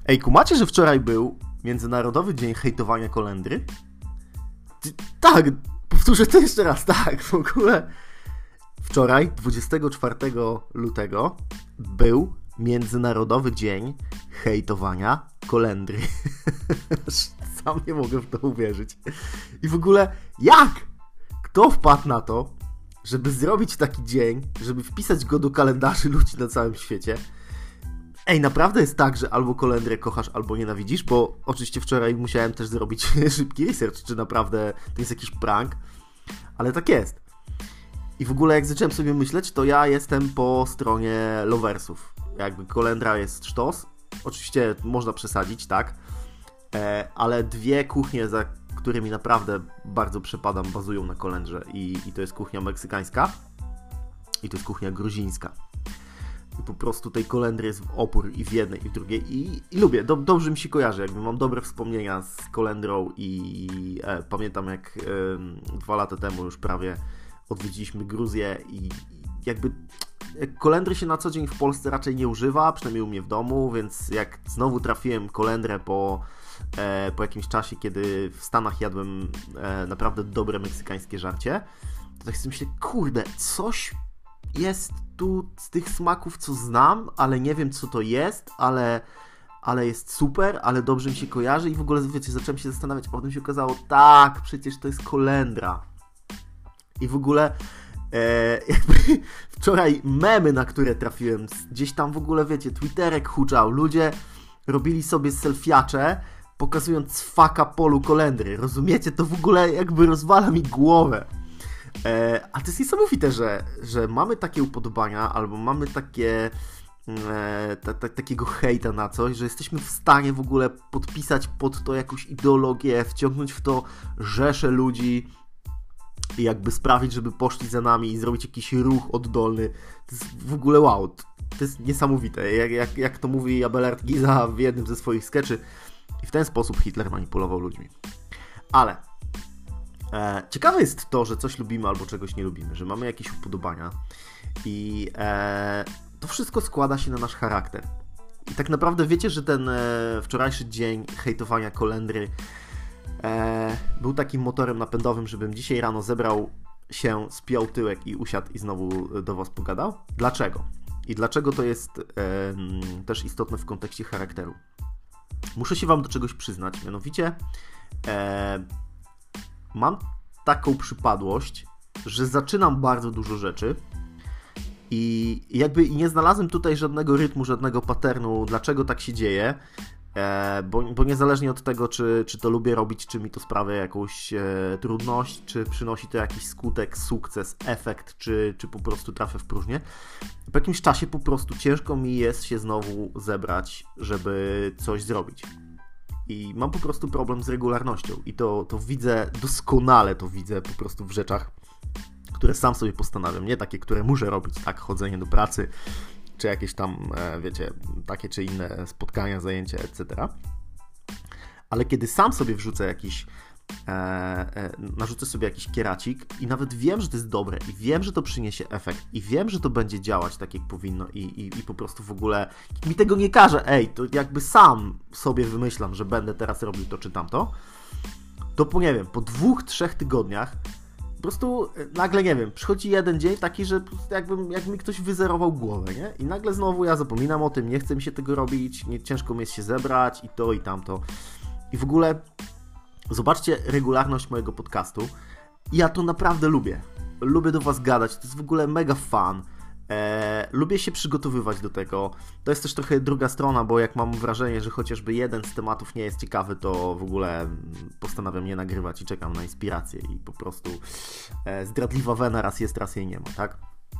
Ej, kumacie, że wczoraj był Międzynarodowy Dzień Hejtowania Kolendry? Tak, powtórzę to jeszcze raz, tak, w ogóle. Wczoraj, 24 lutego, był Międzynarodowy Dzień Hejtowania Kolendry. Sam nie mogę w to uwierzyć. I w ogóle, jak? Kto wpadł na to, żeby zrobić taki dzień, żeby wpisać go do kalendarzy ludzi na całym świecie? Ej, naprawdę jest tak, że albo kolendrę kochasz, albo nienawidzisz, bo oczywiście wczoraj musiałem też zrobić szybki research, czy naprawdę to jest jakiś prank, ale tak jest. I w ogóle jak zacząłem sobie myśleć, to ja jestem po stronie loversów. Jakby kolendra jest sztos, oczywiście można przesadzić, tak, ale dwie kuchnie, za którymi naprawdę bardzo przepadam, bazują na kolendrze i to jest kuchnia meksykańska i to jest kuchnia gruzińska. I po prostu tej kolendry jest w opór i w jednej, i w drugiej. I lubię, dobrze mi się kojarzy. Jakby mam dobre wspomnienia z kolendrą i pamiętam jak 2 lata temu już prawie odwiedziliśmy Gruzję i jakby kolendry się na co dzień w Polsce raczej nie używa, przynajmniej u mnie w domu, więc jak znowu trafiłem kolendrę po jakimś czasie, kiedy w Stanach jadłem naprawdę dobre meksykańskie żarcie, to tak sobie myślę, kurde, coś jest tu z tych smaków, co znam, ale nie wiem, co to jest, ale jest super, ale dobrze mi się kojarzy i w ogóle, wiecie, zacząłem się zastanawiać, a potem się okazało, tak, przecież to jest kolendra. I w ogóle jakby wczoraj memy, na które trafiłem, gdzieś tam w ogóle, wiecie, Twitterek huczał, ludzie robili sobie selfiacze, pokazując cwaka polu kolendry, rozumiecie? To w ogóle jakby rozwala mi głowę. A to jest niesamowite, że mamy takie upodobania, albo mamy takiego hejta na coś, że jesteśmy w stanie w ogóle podpisać pod to jakąś ideologię, wciągnąć w to rzesze ludzi i jakby sprawić, żeby poszli za nami i zrobić jakiś ruch oddolny. To jest w ogóle wow, to jest niesamowite. Jak to mówi Abelard Giza w jednym ze swoich sketchy. I w ten sposób Hitler manipulował ludźmi. Ale ciekawe jest to, że coś lubimy albo czegoś nie lubimy, że mamy jakieś upodobania i to wszystko składa się na nasz charakter. I tak naprawdę wiecie, że ten wczorajszy dzień hejtowania kolendry był takim motorem napędowym, żebym dzisiaj rano zebrał się, spiął tyłek i usiadł i znowu do was pogadał? Dlaczego? I dlaczego to jest też istotne w kontekście charakteru? Muszę się wam do czegoś przyznać, mianowicie mam taką przypadłość, że zaczynam bardzo dużo rzeczy i jakby nie znalazłem tutaj żadnego rytmu, żadnego patternu, dlaczego tak się dzieje, bo niezależnie od tego, czy to lubię robić, czy mi to sprawia jakąś trudność, czy przynosi to jakiś skutek, sukces, efekt, czy po prostu trafia w próżnię, po jakimś czasie po prostu ciężko mi jest się znowu zebrać, żeby coś zrobić. I mam po prostu problem z regularnością i to widzę, doskonale to widzę po prostu w rzeczach, które sam sobie postanawiam, nie takie, które muszę robić, tak, chodzenie do pracy, czy jakieś tam, wiecie, takie czy inne spotkania, zajęcia, etc. Ale kiedy sam sobie wrzucę jakiś, narzucę sobie jakiś kieracik i nawet wiem, że to jest dobre i wiem, że to przyniesie efekt i wiem, że to będzie działać tak, jak powinno i po prostu w ogóle mi tego nie każe, to jakby sam sobie wymyślam, że będę teraz robił to czy tamto, to nie wiem, po 2-3 tygodniach po prostu nagle, nie wiem, przychodzi jeden dzień taki, że jakby mi ktoś wyzerował głowę, nie? I nagle znowu ja zapominam o tym, nie chce mi się tego robić, ciężko mi jest się zebrać i to i tamto. I w ogóle zobaczcie regularność mojego podcastu. Ja to naprawdę lubię. Lubię do was gadać, to jest w ogóle mega fun. Lubię się przygotowywać do tego. To jest też trochę druga strona, bo jak mam wrażenie, że chociażby jeden z tematów nie jest ciekawy, to w ogóle postanawiam nie nagrywać i czekam na inspirację i po prostu zdradliwa wena raz jest, raz jej nie ma, tak?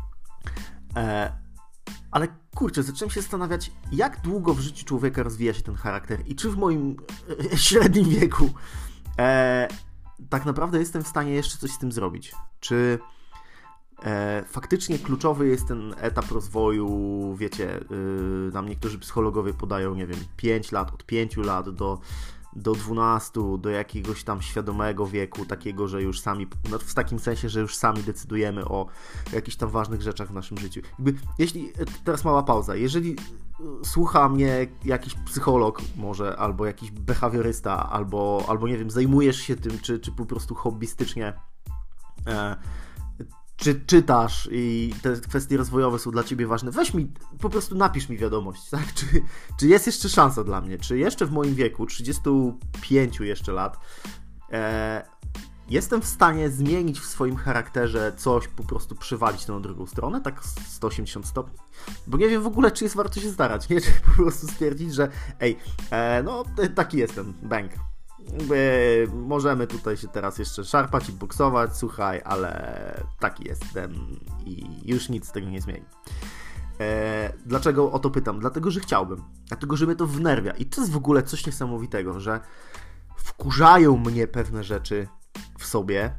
Ale kurczę, zacząłem się zastanawiać, jak długo w życiu człowieka rozwija się ten charakter i czy w moim średnim wieku tak naprawdę jestem w stanie jeszcze coś z tym zrobić. Czy faktycznie kluczowy jest ten etap rozwoju, wiecie, nam niektórzy psychologowie podają, nie wiem, 5 lat, od 5 lat do 12, do jakiegoś tam świadomego wieku, takiego, że już sami, no w takim sensie, że już sami decydujemy o jakichś tam ważnych rzeczach w naszym życiu. Teraz mała pauza. Jeżeli słucha mnie jakiś psycholog może, albo jakiś behawiorysta, albo nie wiem, zajmujesz się tym, czy po prostu hobbystycznie czy czytasz i te kwestie rozwojowe są dla ciebie ważne, weź mi, po prostu napisz mi wiadomość, tak? Czy jest jeszcze szansa dla mnie, czy jeszcze w moim wieku, 35 jeszcze lat, jestem w stanie zmienić w swoim charakterze coś, po prostu przywalić na drugą stronę, tak 180 stopni, bo nie wiem w ogóle, czy jest warto się starać, nie? Czy po prostu stwierdzić, że no taki jestem, bang. Możemy tutaj się teraz jeszcze szarpać i boksować, słuchaj, ale taki jestem i już nic z tego nie zmieni. Dlaczego o to pytam? Dlatego, że chciałbym. Dlatego, że mnie to wnerwia. I to jest w ogóle coś niesamowitego, że wkurzają mnie pewne rzeczy w sobie.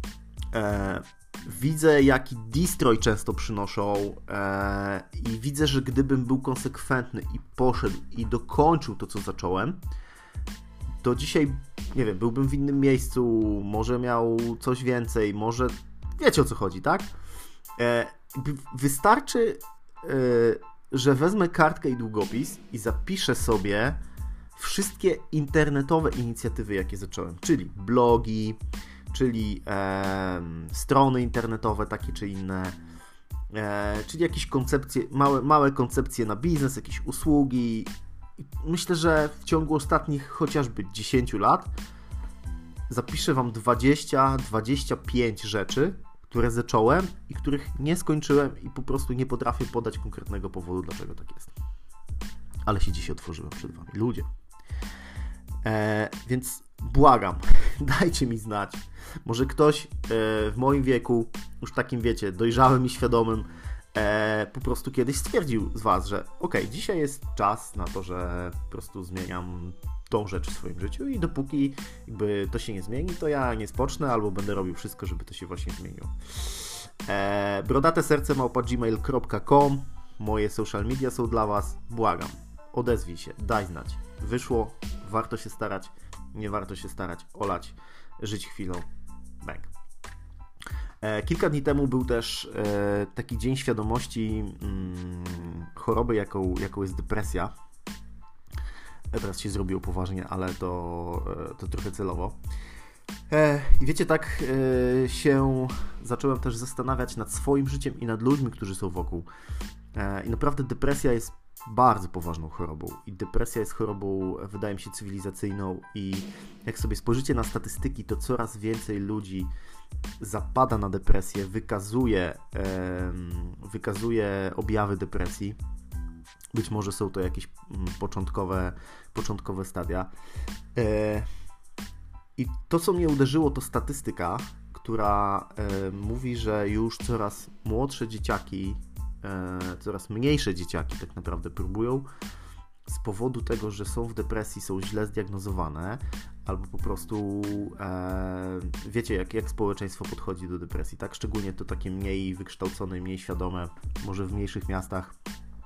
Widzę, jaki destroy często przynoszą i widzę, że gdybym był konsekwentny i poszedł i dokończył to, co zacząłem, to dzisiaj, nie wiem, byłbym w innym miejscu, może miał coś więcej, może wiecie, o co chodzi, tak? Wystarczy, że wezmę kartkę i długopis i zapiszę sobie wszystkie internetowe inicjatywy, jakie zacząłem, czyli blogi, czyli strony internetowe takie czy inne, czyli jakieś koncepcje, małe koncepcje na biznes, jakieś usługi. Myślę, że w ciągu ostatnich chociażby 10 lat zapiszę Wam 20-25 rzeczy, które zacząłem i których nie skończyłem i po prostu nie potrafię podać konkretnego powodu, dlaczego tak jest. Ale się dzisiaj otworzyłem przed Wami. Ludzie. Więc błagam, dajcie mi znać. Może ktoś w moim wieku, już takim wiecie, dojrzałym i świadomym, po prostu kiedyś stwierdził z Was, że okej, dzisiaj jest czas na to, że po prostu zmieniam tą rzecz w swoim życiu i dopóki jakby to się nie zmieni, to ja nie spocznę albo będę robił wszystko, żeby to się właśnie zmieniło. brodateserce@gmail.com. Moje social media są dla Was. Błagam, odezwij się, daj znać. Wyszło, warto się starać, nie warto się starać, olać, żyć chwilą, bang. Kilka dni temu był też taki dzień świadomości choroby, jaką jest depresja. Teraz się zrobiło poważnie, ale to trochę celowo. I wiecie, tak się zacząłem też zastanawiać nad swoim życiem i nad ludźmi, którzy są wokół. I naprawdę depresja jest bardzo poważną chorobą. I depresja jest chorobą, wydaje mi się, cywilizacyjną. I jak sobie spojrzycie na statystyki, to coraz więcej ludzi zapada na depresję, wykazuje objawy depresji. Być może są to jakieś początkowe stadia. I to, co mnie uderzyło, to statystyka, która mówi, że już coraz młodsze dzieciaki, coraz mniejsze dzieciaki tak naprawdę próbują z powodu tego, że są w depresji, są źle zdiagnozowane, albo po prostu wiecie, jak społeczeństwo podchodzi do depresji, tak? Szczególnie to takie mniej wykształcone, mniej świadome, może w mniejszych miastach.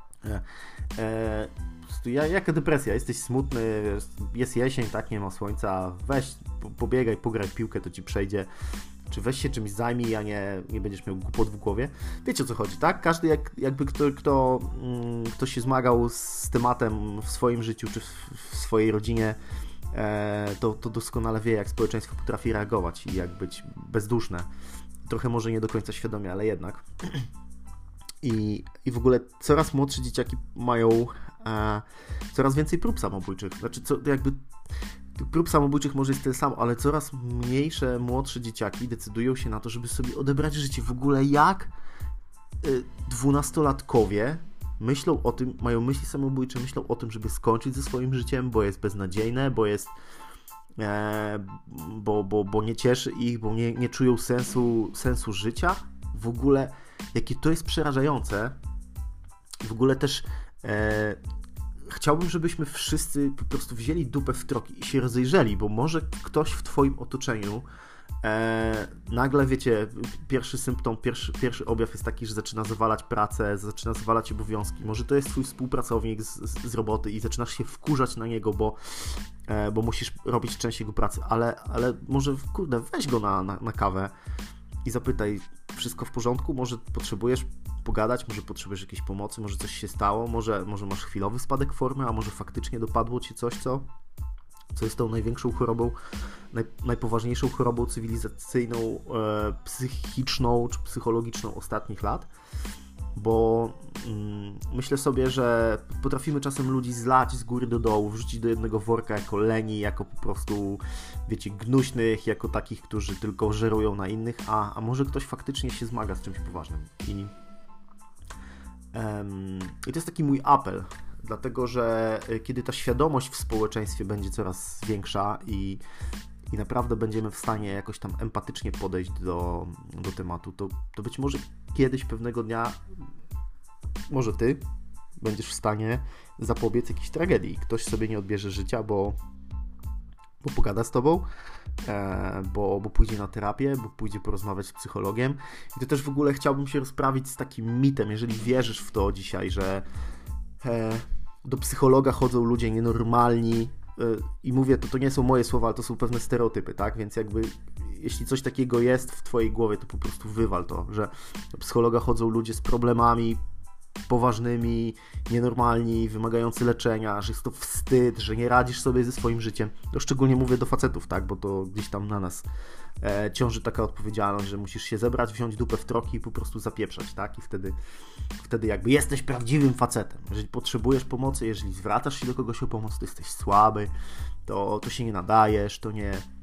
Jaka depresja? Jesteś smutny, jest jesień, tak, nie ma słońca, weź, pobiegaj, pograj w piłkę, to ci przejdzie. Czy weź się czymś zajmij, a nie będziesz miał głupot w głowie. Wiecie, o co chodzi, tak? Każdy jakby kto się zmagał z tematem w swoim życiu, czy w swojej rodzinie, to doskonale wie, jak społeczeństwo potrafi reagować i jak być bezduszne. Trochę może nie do końca świadomie, ale jednak. I w ogóle coraz młodsze dzieciaki mają coraz więcej prób samobójczych. Znaczy, jakby prób samobójczych może jest tyle samo, ale coraz mniejsze, młodsze dzieciaki decydują się na to, żeby sobie odebrać życie. W ogóle jak 12-latkowie myślą o tym, mają myśli samobójcze, myślą o tym, żeby skończyć ze swoim życiem, bo jest beznadziejne, bo jest bo nie cieszy ich, bo nie czują sensu życia. W ogóle jakie to jest przerażające. W ogóle też chciałbym, żebyśmy wszyscy po prostu wzięli dupę w troki i się rozejrzeli, bo może ktoś w Twoim otoczeniu nagle, wiecie, pierwszy symptom, pierwszy objaw jest taki, że zaczyna zawalać pracę, zaczyna zawalać obowiązki. Może to jest Twój współpracownik z roboty i zaczynasz się wkurzać na niego, bo musisz robić część jego pracy, ale może, kurde, weź go na kawę i zapytaj, wszystko w porządku? Może potrzebujesz pogadać, może potrzebujesz jakiejś pomocy, może coś się stało, może masz chwilowy spadek formy, a może faktycznie dopadło Cię coś, co jest tą największą chorobą, najpoważniejszą chorobą cywilizacyjną, psychiczną czy psychologiczną ostatnich lat. Bo myślę sobie, że potrafimy czasem ludzi zlać z góry do dołu, wrzucić do jednego worka jako leni, jako po prostu, wiecie, gnuśnych, jako takich, którzy tylko żerują na innych, a może ktoś faktycznie się zmaga z czymś poważnym. I to jest taki mój apel, dlatego że kiedy ta świadomość w społeczeństwie będzie coraz większa i naprawdę będziemy w stanie jakoś tam empatycznie podejść do tematu, to być może kiedyś, pewnego dnia, może Ty będziesz w stanie zapobiec jakiejś tragedii. Ktoś sobie nie odbierze życia, bo pogada z Tobą, bo pójdzie na terapię, bo pójdzie porozmawiać z psychologiem. I to też w ogóle chciałbym się rozprawić z takim mitem, jeżeli wierzysz w to dzisiaj, że do psychologa chodzą ludzie nienormalni, i mówię, to nie są moje słowa, ale to są pewne stereotypy, tak? Więc jakby jeśli coś takiego jest w Twojej głowie, to po prostu wywal to, że do psychologa chodzą ludzie z problemami poważnymi, nienormalni, wymagający leczenia, że jest to wstyd, że nie radzisz sobie ze swoim życiem. To szczególnie mówię do facetów, tak? Bo to gdzieś tam na nas ciąży taka odpowiedzialność, że musisz się zebrać, wziąć dupę w troki i po prostu zapieprzać, tak? I wtedy jakby jesteś prawdziwym facetem. Jeżeli potrzebujesz pomocy, jeżeli zwracasz się do kogoś o pomoc, to jesteś słaby, to się nie nadajesz, to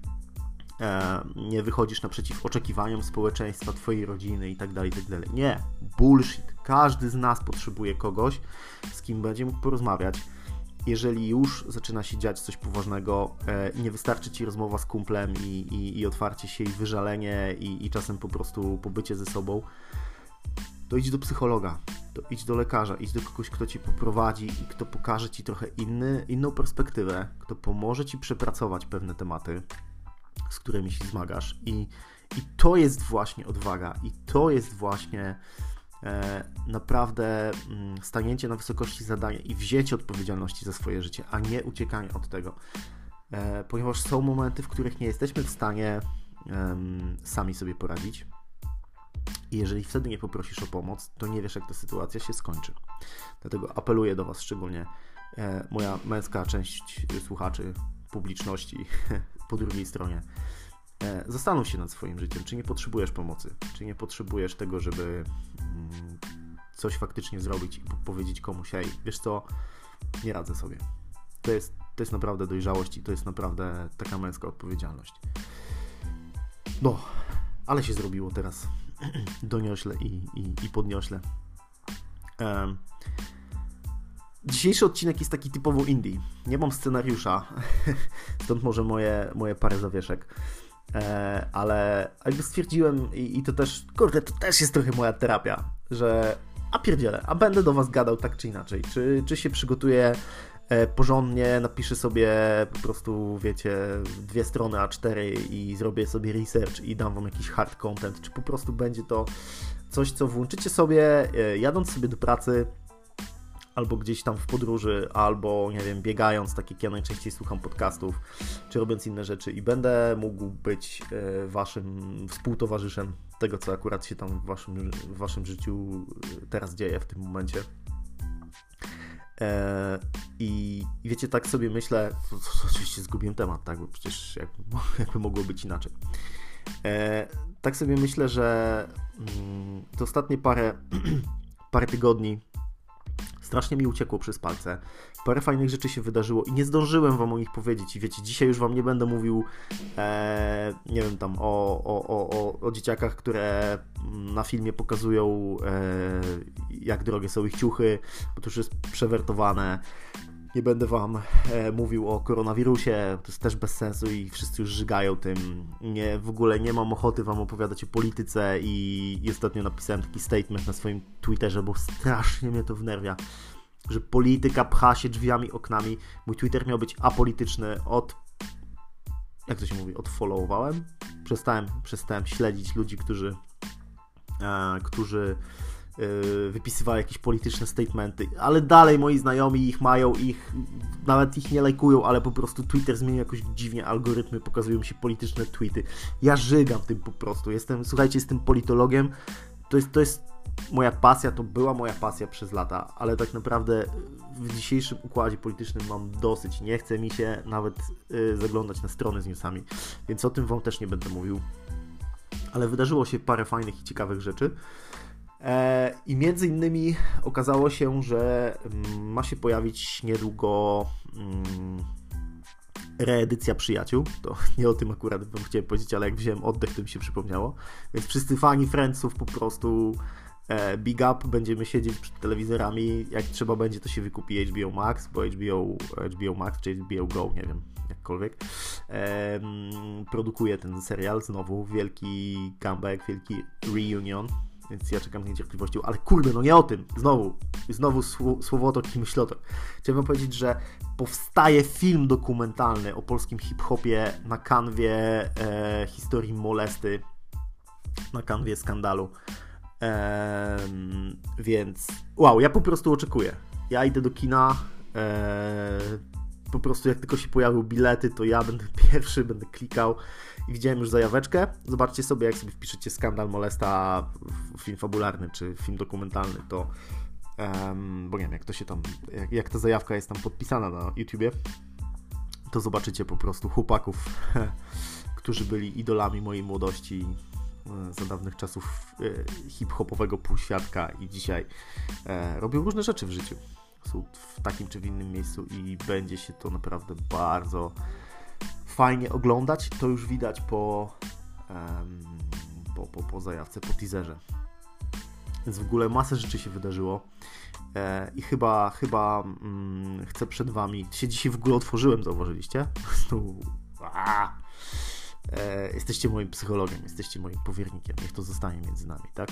nie wychodzisz naprzeciw oczekiwaniom społeczeństwa, twojej rodziny i tak dalej, i tak dalej. Nie, bullshit. Każdy z nas potrzebuje kogoś, z kim będzie mógł porozmawiać. Jeżeli już zaczyna się dziać coś poważnego, nie wystarczy Ci rozmowa z kumplem i otwarcie się i wyżalenie i czasem po prostu pobycie ze sobą, to idź do psychologa, to idź do lekarza, idź do kogoś, kto Cię poprowadzi i kto pokaże Ci trochę inną perspektywę, kto pomoże Ci przepracować pewne tematy, z którymi się zmagasz. I to jest właśnie odwaga i to jest właśnie naprawdę stanięcie na wysokości zadania i wzięcie odpowiedzialności za swoje życie, a nie uciekanie od tego. Ponieważ są momenty, w których nie jesteśmy w stanie sami sobie poradzić i jeżeli wtedy nie poprosisz o pomoc, to nie wiesz, jak ta sytuacja się skończy. Dlatego apeluję do Was, szczególnie moja męska część słuchaczy, publiczności po drugiej stronie. Zastanów się nad swoim życiem, czy nie potrzebujesz pomocy, czy nie potrzebujesz tego, żeby coś faktycznie zrobić i powiedzieć komuś, hej, wiesz co, nie radzę sobie. To jest naprawdę dojrzałość i to jest naprawdę taka męska odpowiedzialność. No, ale się zrobiło teraz doniośle i podniośle. Dzisiejszy odcinek jest taki typowo indie. Nie mam scenariusza, stąd może moje parę zawieszek. Ale jakby stwierdziłem i to też, kurde, to też jest trochę moja terapia, że pierdzielę, a będę do Was gadał tak czy inaczej. Czy się przygotuję porządnie, napiszę sobie po prostu, wiecie, 2 strony A4 i zrobię sobie research i dam Wam jakiś hard content, czy po prostu będzie to coś, co włączycie sobie, jadąc sobie do pracy, albo gdzieś tam w podróży, albo, nie wiem, biegając, tak jak ja najczęściej słucham podcastów, czy robiąc inne rzeczy i będę mógł być Waszym współtowarzyszem tego, co akurat się tam w Waszym życiu teraz dzieje w tym momencie. I wiecie, tak sobie myślę, oczywiście zgubiłem temat, tak, bo przecież jakby mogło być inaczej. Tak sobie myślę, że te ostatnie parę tygodni strasznie mi uciekło przez palce. Parę fajnych rzeczy się wydarzyło i nie zdążyłem Wam o nich powiedzieć. I wiecie, dzisiaj już Wam nie będę mówił, nie wiem, tam o dzieciakach, które na filmie pokazują, jak drogie są ich ciuchy, bo to już jest przewertowane. Nie będę Wam mówił o koronawirusie, to jest też bez sensu i wszyscy już żygają tym. W ogóle nie mam ochoty Wam opowiadać o polityce i ostatnio napisałem taki statement na swoim Twitterze, bo strasznie mnie to wnerwia, że polityka pcha się drzwiami, oknami. Mój Twitter miał być apolityczny jak to się mówi, odfollowowałem? Przestałem śledzić ludzi, którzy wypisywały jakieś polityczne statementy, ale dalej moi znajomi ich mają, nawet ich nie lajkują, ale po prostu Twitter zmienił jakoś dziwnie algorytmy, pokazują mi się polityczne tweety. Ja żygam tym po prostu. Słuchajcie, jestem politologiem, to jest moja pasja, to była moja pasja przez lata, ale tak naprawdę w dzisiejszym układzie politycznym mam dosyć. Nie chce mi się nawet zaglądać na strony z newsami, więc o tym wam też nie będę mówił. Ale wydarzyło się parę fajnych i ciekawych rzeczy. I między innymi okazało się, że ma się pojawić niedługo reedycja Przyjaciół. To nie o tym akurat bym chciał powiedzieć, ale jak wziąłem oddech, to mi się przypomniało. Więc wszyscy fani Friendsów po prostu big up, będziemy siedzieć przed telewizorami. Jak trzeba będzie, to się wykupi HBO Max, bo HBO Max czy HBO Go, nie wiem, jakkolwiek, produkuje ten serial znowu. Wielki comeback, wielki reunion. Więc ja czekam z niecierpliwością, ale kurde, no nie o tym. Znowu słowotok i myślotok. Chciałbym powiedzieć, że powstaje film dokumentalny o polskim hip-hopie na kanwie historii molesty, na kanwie skandalu. Więc wow, ja po prostu oczekuję. Ja idę do kina. Po prostu jak tylko się pojawią bilety, to ja będę pierwszy, będę klikał i widziałem już zajaweczkę. Zobaczcie sobie, jak sobie wpiszecie skandal molesta, film fabularny czy film dokumentalny, to bo nie wiem, jak to się tam, jak ta zajawka jest tam podpisana na YouTubie, to zobaczycie po prostu chłopaków, którzy byli idolami mojej młodości za dawnych czasów hip-hopowego półświadka i dzisiaj robią różne rzeczy w życiu. Są w takim czy w innym miejscu i będzie się to naprawdę bardzo fajnie oglądać. To już widać po zajawce, po teaserze. Więc w ogóle masę rzeczy się wydarzyło i chyba chcę przed wami... Się dzisiaj w ogóle otworzyłem, zauważyliście? Jesteście moim psychologiem, jesteście moim powiernikiem, niech to zostanie między nami, tak?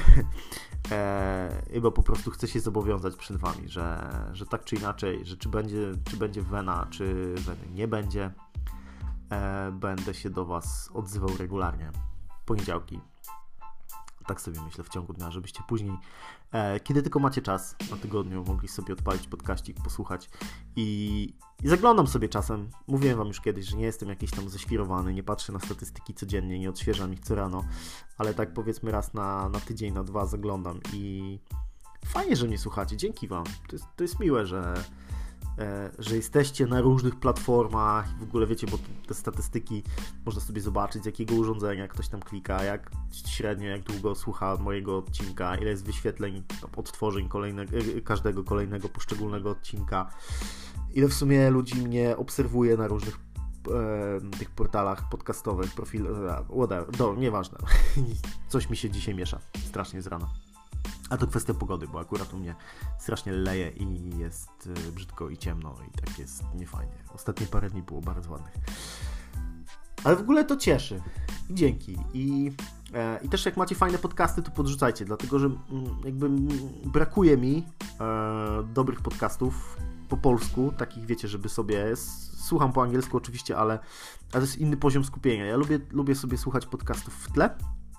Chyba po prostu chcę się zobowiązać przed wami, że tak czy inaczej, że czy będzie wena, czy weny nie będzie, będę się do was odzywał regularnie. Poniedziałki. Tak sobie myślę w ciągu dnia, żebyście później, kiedy tylko macie czas na tygodniu, mogli sobie odpalić podkaścik, posłuchać i zaglądam sobie czasem. Mówiłem wam już kiedyś, że nie jestem jakiś tam ześwirowany, nie patrzę na statystyki codziennie, nie odświeżam ich co rano, ale tak powiedzmy raz na tydzień, na dwa zaglądam i fajnie, że mnie słuchacie, dzięki wam. To jest miłe, że jesteście na różnych platformach i w ogóle wiecie, bo te statystyki można sobie zobaczyć, z jakiego urządzenia ktoś tam klika, jak średnio, jak długo słucha mojego odcinka, ile jest wyświetleń, odtworzeń każdego kolejnego poszczególnego odcinka, ile w sumie ludzi mnie obserwuje na różnych tych portalach podcastowych, nieważne. Coś mi się dzisiaj miesza, strasznie z rana. A to kwestia pogody, bo akurat u mnie strasznie leje i jest brzydko i ciemno i tak jest niefajnie. Ostatnie parę dni było bardzo ładnych. Ale w ogóle to cieszy. Dzięki. I też jak macie fajne podcasty, to podrzucajcie, dlatego że jakby brakuje mi dobrych podcastów po polsku, takich wiecie, żeby sobie... Słucham po angielsku oczywiście, ale to jest inny poziom skupienia. Ja lubię sobie słuchać podcastów w tle.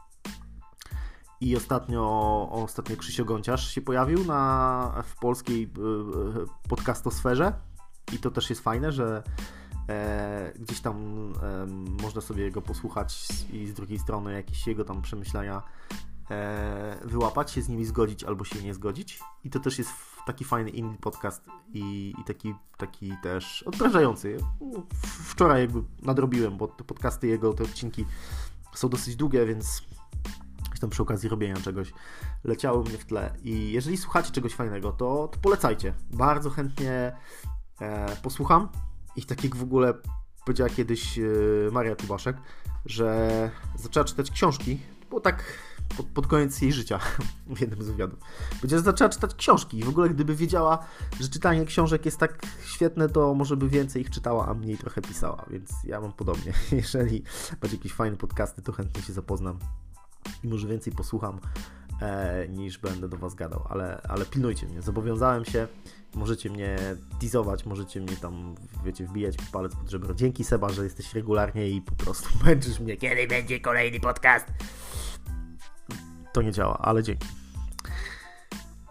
I ostatnio Krzysio Gonciarz się pojawił w polskiej podcastosferze i to też jest fajne, że gdzieś tam można sobie go posłuchać i z drugiej strony jakieś jego tam przemyślenia wyłapać, się z nimi zgodzić albo się nie zgodzić i to też jest taki fajny indie podcast i taki też odprężający. Wczoraj jakby nadrobiłem, bo te podcasty jego, te odcinki są dosyć długie, więc tam przy okazji robienia czegoś leciały mnie w tle i jeżeli słuchacie czegoś fajnego, to polecajcie. Bardzo chętnie posłucham i tak jak w ogóle powiedziała kiedyś Maria Tubaszek, że zaczęła czytać książki, bo tak pod koniec jej życia w jednym z wywiadów. Powiedziała, że zaczęła czytać książki i w ogóle gdyby wiedziała, że czytanie książek jest tak świetne, to może by więcej ich czytała, a mniej trochę pisała, więc ja mam podobnie. Jeżeli macie jakieś fajne podcasty, to chętnie się zapoznam i może więcej posłucham niż będę do was gadał, ale pilnujcie mnie, zobowiązałem się, możecie mnie teasować, możecie mnie tam, wiecie, wbijać palec pod żebro. Dzięki Seba, że jesteś regularnie i po prostu męczysz mnie, kiedy będzie kolejny podcast. To nie działa, ale dzięki.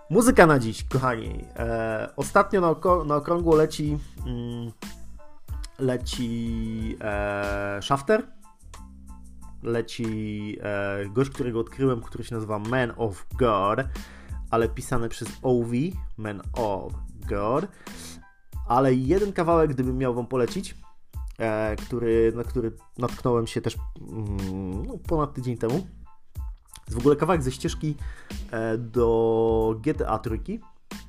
Muzyka na dziś, kochani. Ostatnio na okrągło leci Shafter. Leci gość, którego odkryłem, który się nazywa Man of God, ale pisane przez OV, Man of God. Ale jeden kawałek, gdybym miał wam polecić, na który natknąłem się też ponad tydzień temu. Jest w ogóle kawałek ze ścieżki do GTA Trójki,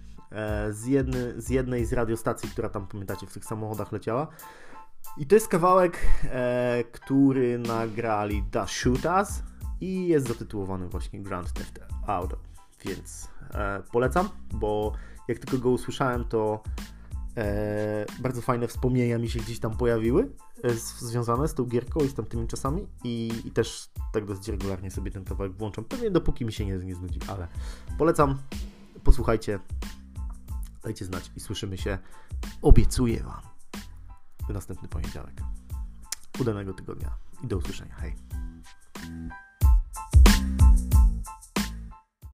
z jednej z radiostacji, która tam, pamiętacie, w tych samochodach leciała. I to jest kawałek, który nagrali The Shooters i jest zatytułowany właśnie Grand Theft Auto. Więc polecam, bo jak tylko go usłyszałem, to bardzo fajne wspomnienia mi się gdzieś tam pojawiły związane z tą gierką i z tamtymi czasami i też tak dosyć regularnie sobie ten kawałek włączam. Pewnie dopóki mi się nie znudzi, ale polecam, posłuchajcie, dajcie znać i słyszymy się, obiecuję wam, w następny poniedziałek. Udanego tygodnia i do usłyszenia. Hej!